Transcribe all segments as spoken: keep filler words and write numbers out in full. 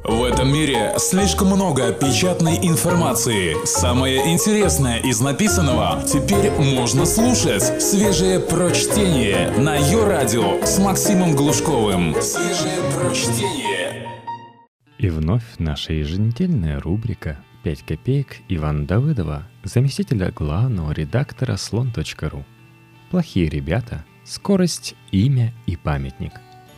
В этом мире слишком много печатной информации. Самое интересное из написанного теперь можно слушать. Свежее прочтение на Йо-Радио с Максимом Глушковым. Свежее прочтение. И вновь наша еженедельная рубрика «пять копеек» Ивана Давыдова, заместителя главного редактора слон точка ру. Плохие ребята, скорость, имя и памятник.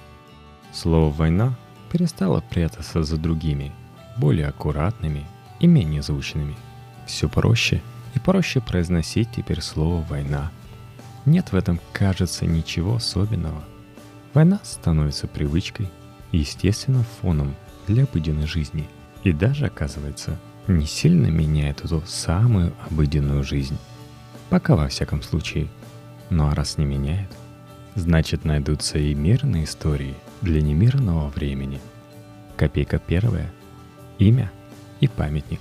Слово «война» перестало прятаться за другими, более аккуратными и менее звучными. Все проще и проще произносить теперь слово «война». Нет в этом, кажется, ничего особенного. Война становится привычкой и естественным фоном для обыденной жизни и даже, оказывается, не сильно меняет эту самую обыденную жизнь. Пока во всяком случае. Ну а раз не меняет, значит найдутся и мирные истории для немирного времени. Копейка первая. Имя и памятник.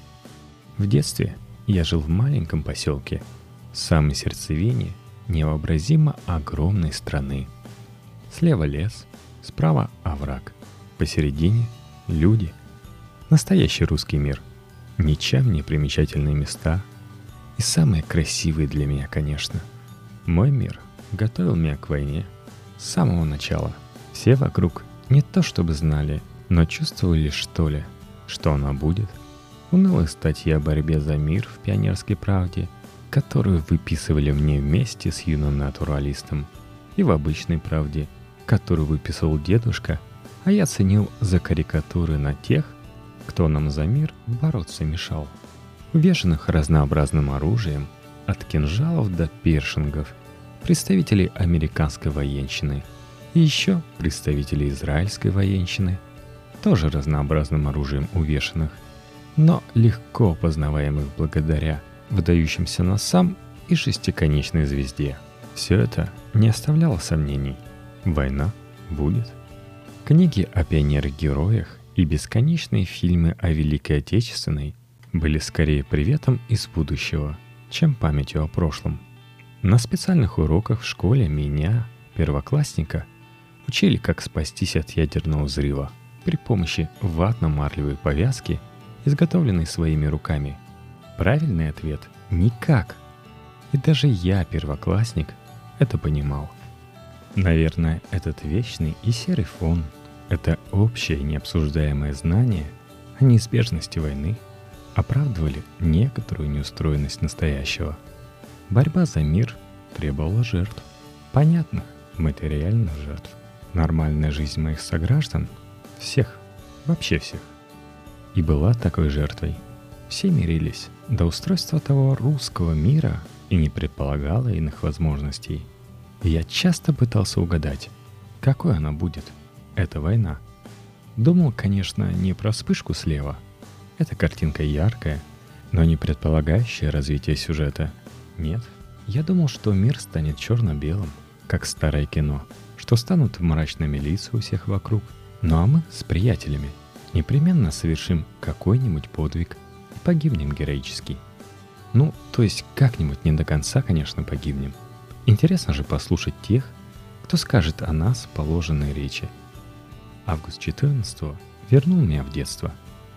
В детстве я жил в маленьком поселке, в самой сердцевине невообразимо огромной страны. Слева лес, справа овраг, посередине люди. Настоящий русский мир. Ничем не примечательные места. И самые красивые для меня, конечно. Мой мир готовил меня к войне с самого начала. Все вокруг не то чтобы знали, но чувствовали, что ли, что она будет. Унылые статьи о борьбе за мир в «Пионерской правде», которую выписывали мне вместе с юным натуралистом, и в «Обычной правде», которую выписывал дедушка, а я ценил за карикатуры на тех, кто нам за мир бороться мешал. Увешанных разнообразным оружием, от кинжалов до першингов, представителей американской военщины и еще представителей израильской военщины, тоже разнообразным оружием увешанных, но легко познаваемых благодаря выдающимся носам и шестиконечной звезде. Все это не оставляло сомнений. Война будет. Книги о пионерах-героях и бесконечные фильмы о Великой Отечественной были скорее приветом из будущего, чем памятью о прошлом. На специальных уроках в школе меня, первоклассника, учили, как спастись от ядерного взрыва при помощи ватно-марлевой повязки, изготовленной своими руками. Правильный ответ – никак. И даже я, первоклассник, это понимал. Наверное, этот вечный и серый фон, это общее необсуждаемое знание о неизбежности войны оправдывали некоторую неустроенность настоящего. Борьба за мир требовала жертв. Понятных, материальных жертв. Нормальная жизнь моих сограждан, всех, вообще всех, и была такой жертвой. Все мирились до устройства того русского мира и не предполагало иных возможностей. И я часто пытался угадать, какой она будет, эта война. Думал, конечно, не про вспышку слева. Эта картинка яркая, но не предполагающая развитие сюжета. Нет, я думал, что мир станет черно-белым, как старое кино, что станут мрачными лица у всех вокруг. Ну а мы с приятелями непременно совершим какой-нибудь подвиг и погибнем героически. Ну, то есть как-нибудь не до конца, конечно, погибнем. Интересно же послушать тех, кто скажет о нас положенные речи. Август четырнадцатого вернул меня в детство.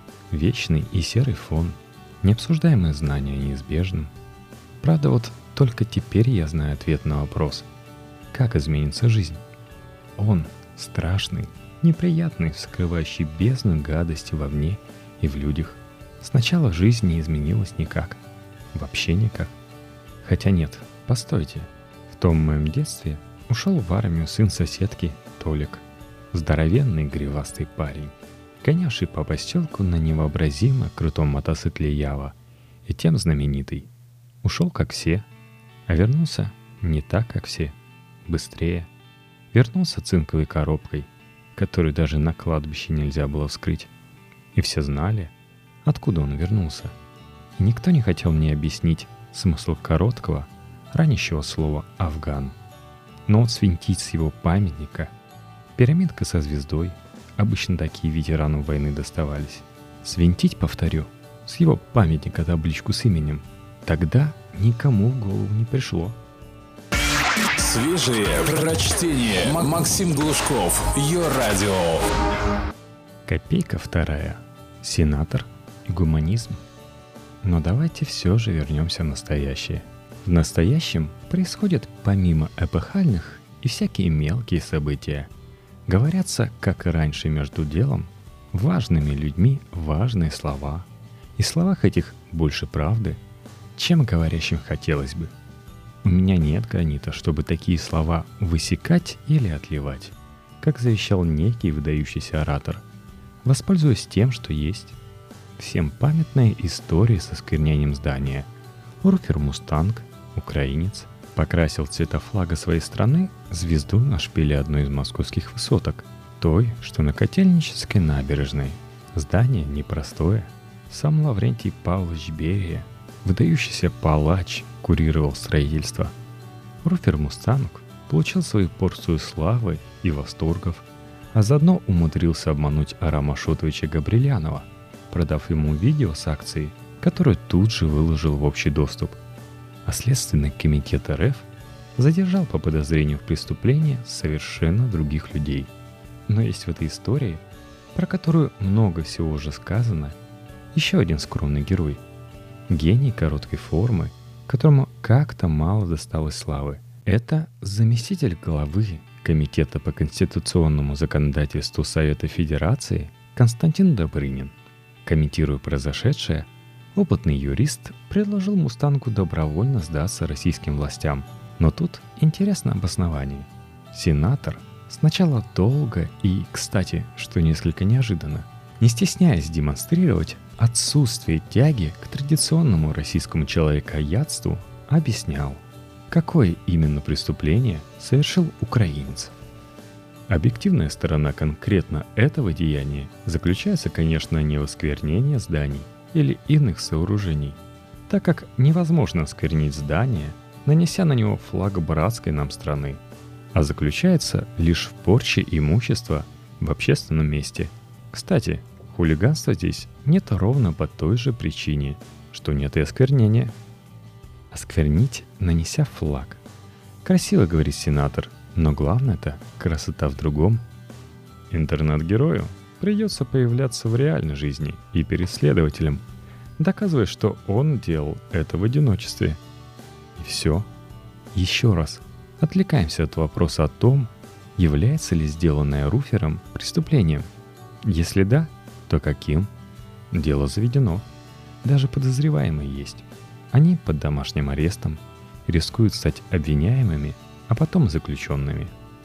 Вечный и серый фон, необсуждаемое знание о неизбежном. Правда, вот только теперь я знаю ответ на вопрос, как изменится жизнь. Он страшный, неприятный, вскрывающий бездну гадости вовне и в людях. Сначала жизнь не изменилась никак. Вообще никак. Хотя нет, постойте. В том моем детстве ушел в армию сын соседки Толик. Здоровенный гривастый парень, гонявший по поселку на невообразимо крутом мотоцикле Ява и тем знаменитый. Ушел как все, а вернулся не так, как все. Быстрее. Вернулся цинковой коробкой, которую даже на кладбище нельзя было вскрыть. И все знали, откуда он вернулся. И никто не хотел мне объяснить смысл короткого, ранящего слова «Афган». Но вот свинтить с его памятника, пирамидка со звездой, обычно такие ветерану войны доставались. Свинтить, повторю, с его памятника табличку с именем, тогда никому в голову не пришло. Свежие прочтение. Максим Глушков. Йо-Радио. Копейка вторая. Сенатор и гуманизм. Но давайте все же вернемся в настоящее. В настоящем происходят помимо эпохальных и всякие мелкие события. Говорятся, как и раньше между делом, важными людьми важные слова. И в словах этих больше правды, чем говорящим хотелось бы. У меня нет гранита, чтобы такие слова высекать или отливать, как завещал некий выдающийся оратор, воспользуясь тем, что есть. Всем памятные истории со сквернением здания. Руфер Мустанг, украинец, покрасил цвета флага своей страны звезду на шпиле одной из московских высоток, той, что на Котельнической набережной. Здание непростое. Сам Лаврентий Павлович Берия, выдающийся палач, курировал строительство. Руфер Мустанг получил свою порцию славы и восторгов, а заодно умудрился обмануть Арама Шотовича Габрилянова, продав ему видео с акцией, которую тут же выложил в общий доступ. А Следственный комитет эр эф задержал по подозрению в преступлении совершенно других людей. Но есть в этой истории, про которую много всего уже сказано, еще один скромный герой. Гений короткой формы, которому как-то мало досталось славы. Это заместитель главы Комитета по конституционному законодательству Совета Федерации Константин Добрынин. Комментируя произошедшее, опытный юрист предложил Мустангу добровольно сдаться российским властям. Но тут интересное обоснование. Сенатор сначала долго и, кстати, что несколько неожиданно, не стесняясь демонстрировать отсутствие тяги к традиционному российскому человекоядству, объяснял, какое именно преступление совершил украинец. Объективная сторона конкретно этого деяния заключается, конечно, не в осквернении зданий или иных сооружений, так как невозможно осквернить здание, нанеся на него флаг братской нам страны, а заключается лишь в порче имущества в общественном месте. Кстати, хулиганства здесь нет ровно по той же причине, что нет и осквернения. Осквернить, нанеся флаг. Красиво, говорит сенатор, но главное-то красота в другом. Интернет-герою придется появляться в реальной жизни и перед следователем, доказывая, что он делал это в одиночестве. И все. Еще раз отвлекаемся от вопроса о том, является ли сделанное Руфером преступлением. Если да, то каким? Дело заведено. Даже подозреваемые есть. Они под домашним арестом, рискуют стать обвиняемыми, а потом заключенными.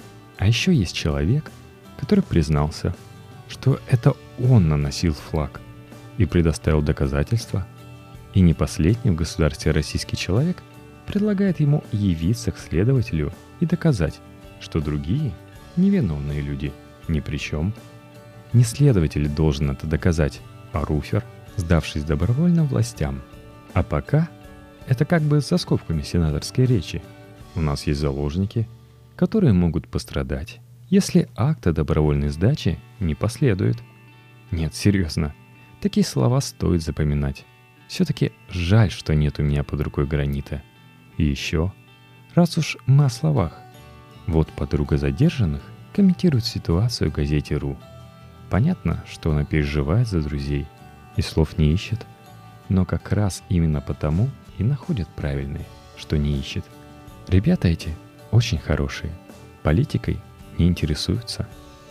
А еще есть человек, который признался, что это он наносил флаг и предоставил доказательства. И не последний в государстве российский человек предлагает ему явиться к следователю и доказать, что другие невиновные люди ни при чем. Не следователь должен это доказать, а Руфер, сдавшись добровольно властям. А пока это как бы за скобками сенаторской речи. У нас есть заложники, которые могут пострадать, если акта добровольной сдачи не последует. Нет, серьезно, такие слова стоит запоминать. Все-таки жаль, что нет у меня под рукой гранита. И еще, раз уж мы о словах, вот подруга задержанных комментирует ситуацию в газете «Ру». Понятно, что она переживает за друзей и слов не ищет, но как раз именно потому и находит правильные, что не ищет. Ребята эти очень хорошие, политикой не интересуются.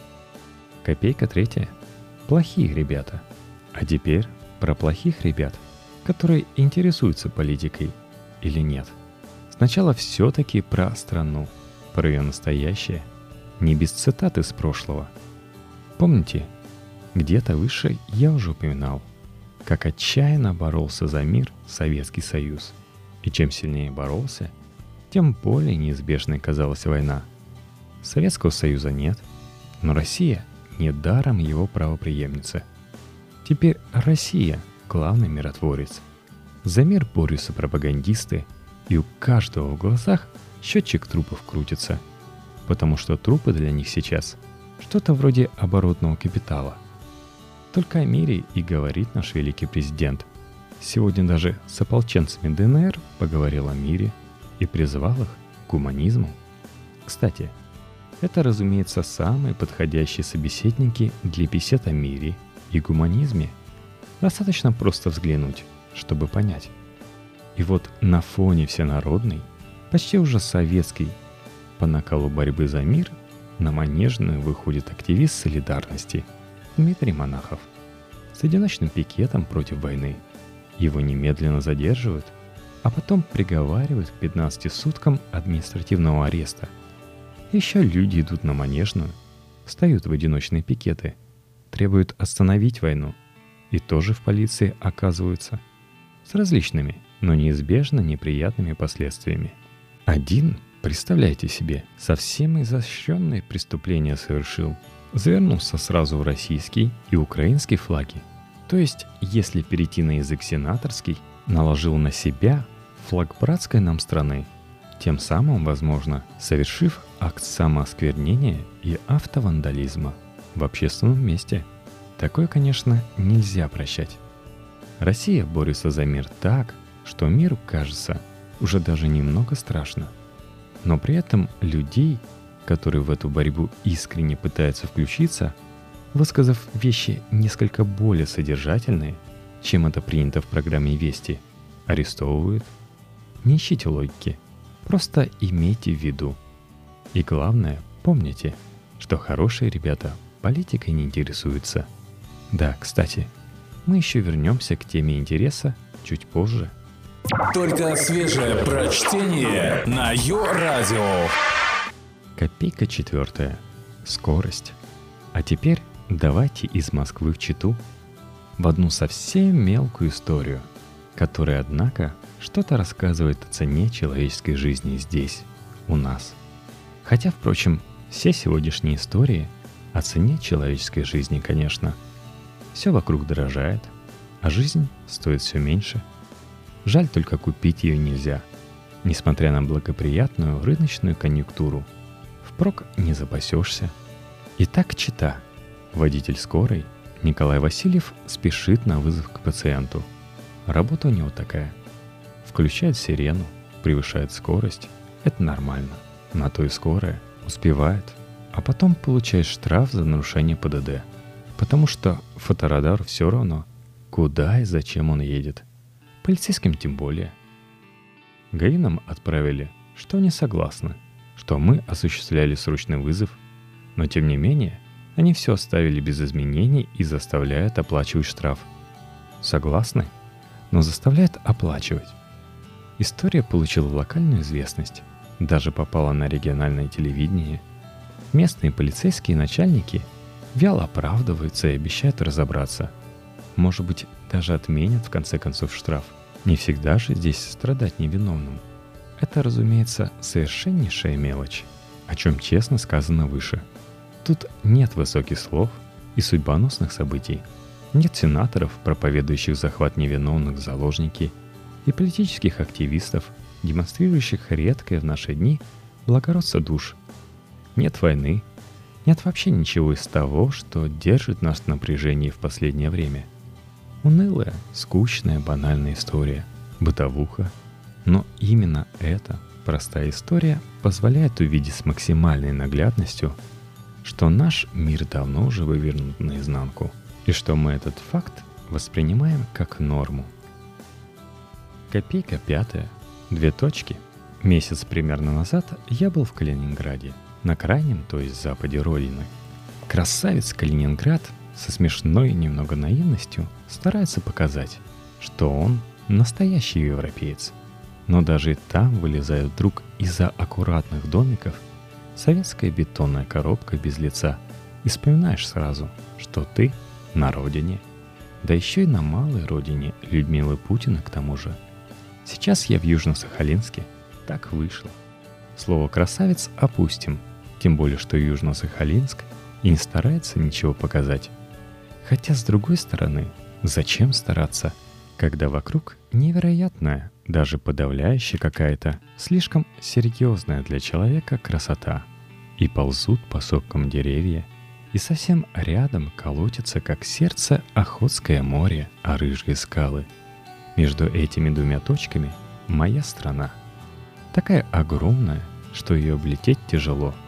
Копейка третья. Плохие ребята. А теперь про плохих ребят, которые интересуются политикой или нет. Сначала все-таки про страну, про ее настоящее, не без цитаты из прошлого. Помните, где-то выше я уже упоминал, как отчаянно боролся за мир Советский Союз. И чем сильнее боролся, тем более неизбежной казалась война. Советского Союза нет, но Россия недаром его правопреемница. Теперь Россия – главный миротворец. За мир борются пропагандисты, и у каждого в глазах счетчик трупов крутится, потому что трупы для них сейчас – что-то вроде оборотного капитала. Только о мире и говорит наш великий президент. Сегодня даже с ополченцами дэ эн эр поговорил о мире и призывал их к гуманизму. Кстати, Это, разумеется, самые подходящие собеседники для бесед о мире и гуманизме. Достаточно просто взглянуть, чтобы понять. И вот на фоне всенародной, почти уже советской, по накалу борьбы за мир, на Манежную выходит активист солидарности Дмитрий Монахов с одиночным пикетом против войны. Его немедленно задерживают, а потом приговаривают к пятнадцати суткам административного ареста. Еще люди идут на Манежную, встают в одиночные пикеты, требуют остановить войну, и тоже в полиции оказываются с различными, но неизбежно неприятными последствиями. Один, представляете себе, совсем изощренные преступления совершил, завернулся сразу в российский и украинский флаги. То есть, если перейти на язык сенаторский, наложил на себя флаг братской нам страны, тем самым, возможно, совершив акт самоосквернения и автовандализма в общественном месте. Такое, конечно, нельзя прощать. Россия борется за мир так, что миру кажется уже даже немного страшно. Но при этом людей, которые в эту борьбу искренне пытаются включиться, высказав вещи несколько более содержательные, чем это принято в программе «Вести», арестовывают. Не ищите логики, просто имейте в виду. И главное, помните, что хорошие ребята политикой не интересуются. Да, кстати, мы еще вернемся к теме интереса чуть позже. Только свежее прочтение на Йо-Радио. Копейка четвертая. Скорость. А теперь давайте из Москвы в Читу в одну совсем мелкую историю, которая, однако, что-то рассказывает о цене человеческой жизни здесь, у нас. Хотя, впрочем, все сегодняшние истории о цене человеческой жизни, конечно. Все вокруг дорожает, а жизнь стоит все меньше. Жаль, только купить ее нельзя, несмотря на благоприятную рыночную конъюнктуру. Впрок не запасешься. Итак, Чита. Водитель скорой Николай Васильев спешит на вызов к пациенту. Работа у него такая. Включает сирену, превышает скорость. Это нормально. На то и скорая. Успевает. А потом получает штраф за нарушение ПДД. Потому что фоторадар все равно, куда и зачем он едет. Полицейским тем более. ГАИ нам отправили, что они согласны, что мы осуществляли срочный вызов, но тем не менее они все оставили без изменений и заставляют оплачивать штраф. Согласны, но заставляют оплачивать. История получила локальную известность, даже попала на региональное телевидение. Местные полицейские начальники вяло оправдываются и обещают разобраться. Может быть, даже отменят в конце концов штраф. Не всегда же здесь страдать невиновным. Это, разумеется, совершеннейшая мелочь, о чем честно сказано выше. Тут нет высоких слов и судьбоносных событий. Нет сенаторов, проповедующих захват невиновных в заложники, и политических активистов, демонстрирующих редкое в наши дни благородство душ. Нет войны, нет вообще ничего из того, что держит нас в напряжении в последнее время. Унылая, скучная, банальная история, бытовуха. Но именно эта простая история позволяет увидеть с максимальной наглядностью, что наш мир давно уже вывернут наизнанку, и что мы этот факт воспринимаем как норму. Копейка пятая. Две точки. Месяц примерно назад я был в Калининграде, на крайнем, то есть западе родины. Красавец Калининград со смешной немного наивностью старается показать, что он настоящий европеец. Но даже и там вылезает вдруг из-за аккуратных домиков советская бетонная коробка без лица, и вспоминаешь сразу, что ты на родине. Да еще и на малой родине Людмилы Путина к тому же. Сейчас я в Южно-Сахалинске. Так вышло. Слово «красавец» опустим, тем более, что Южно-Сахалинск и не старается ничего показать. Хотя, с другой стороны, зачем стараться, когда вокруг невероятная, даже подавляющая какая-то, слишком серьезная для человека красота. И ползут по сопкам деревья, и совсем рядом колотится, как сердце, Охотское море, а рыжие скалы. Между этими двумя точками моя страна. Такая огромная, что ее облететь тяжело.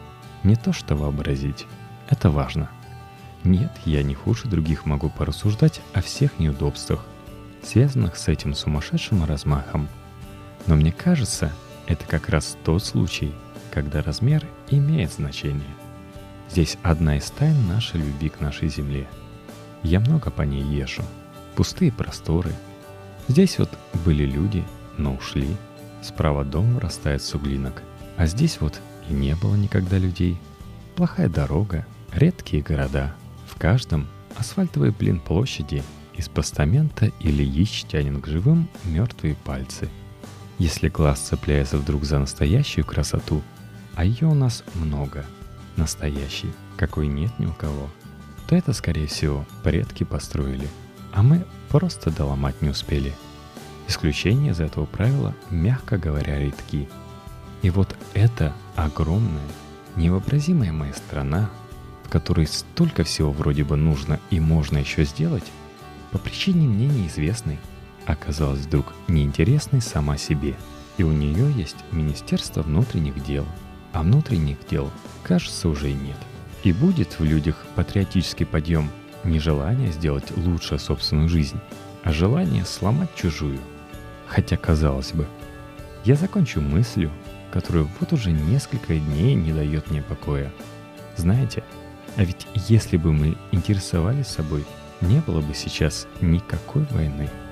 не то что вообразить. Это важно. Нет, я не хуже других могу порассуждать о всех неудобствах, связанных с этим сумасшедшим размахом. Но мне кажется, это как раз тот случай, когда размер имеет значение. Здесь одна из тайн нашей любви к нашей земле. Я много по ней езжу. Пустые просторы. Здесь вот были люди, но ушли. Справа дом вырастает с углинок. А здесь вот и не было никогда людей. Плохая дорога, редкие города. В каждом асфальтовые блин площади из постамента или яич тянет к живым мертвые пальцы. Если глаз цепляется вдруг за настоящую красоту, а ее у нас много, настоящей, какой нет ни у кого, то это, скорее всего, предки построили, а мы просто доломать не успели. Исключения из этого правила, мягко говоря, редки. И вот эта огромная, невообразимая моя страна, в которой столько всего вроде бы нужно и можно еще сделать, по причине мне неизвестной, оказалась вдруг неинтересной сама себе. И у нее есть Министерство внутренних дел, а внутренних дел, кажется, уже и нет. И будет в людях патриотический подъем не желание сделать лучше собственную жизнь, а желание сломать чужую. Хотя, казалось бы, я закончу мыслью, которая вот уже несколько дней не дает мне покоя. Знаете, а ведь если бы мы интересовались собой, не было бы сейчас никакой войны.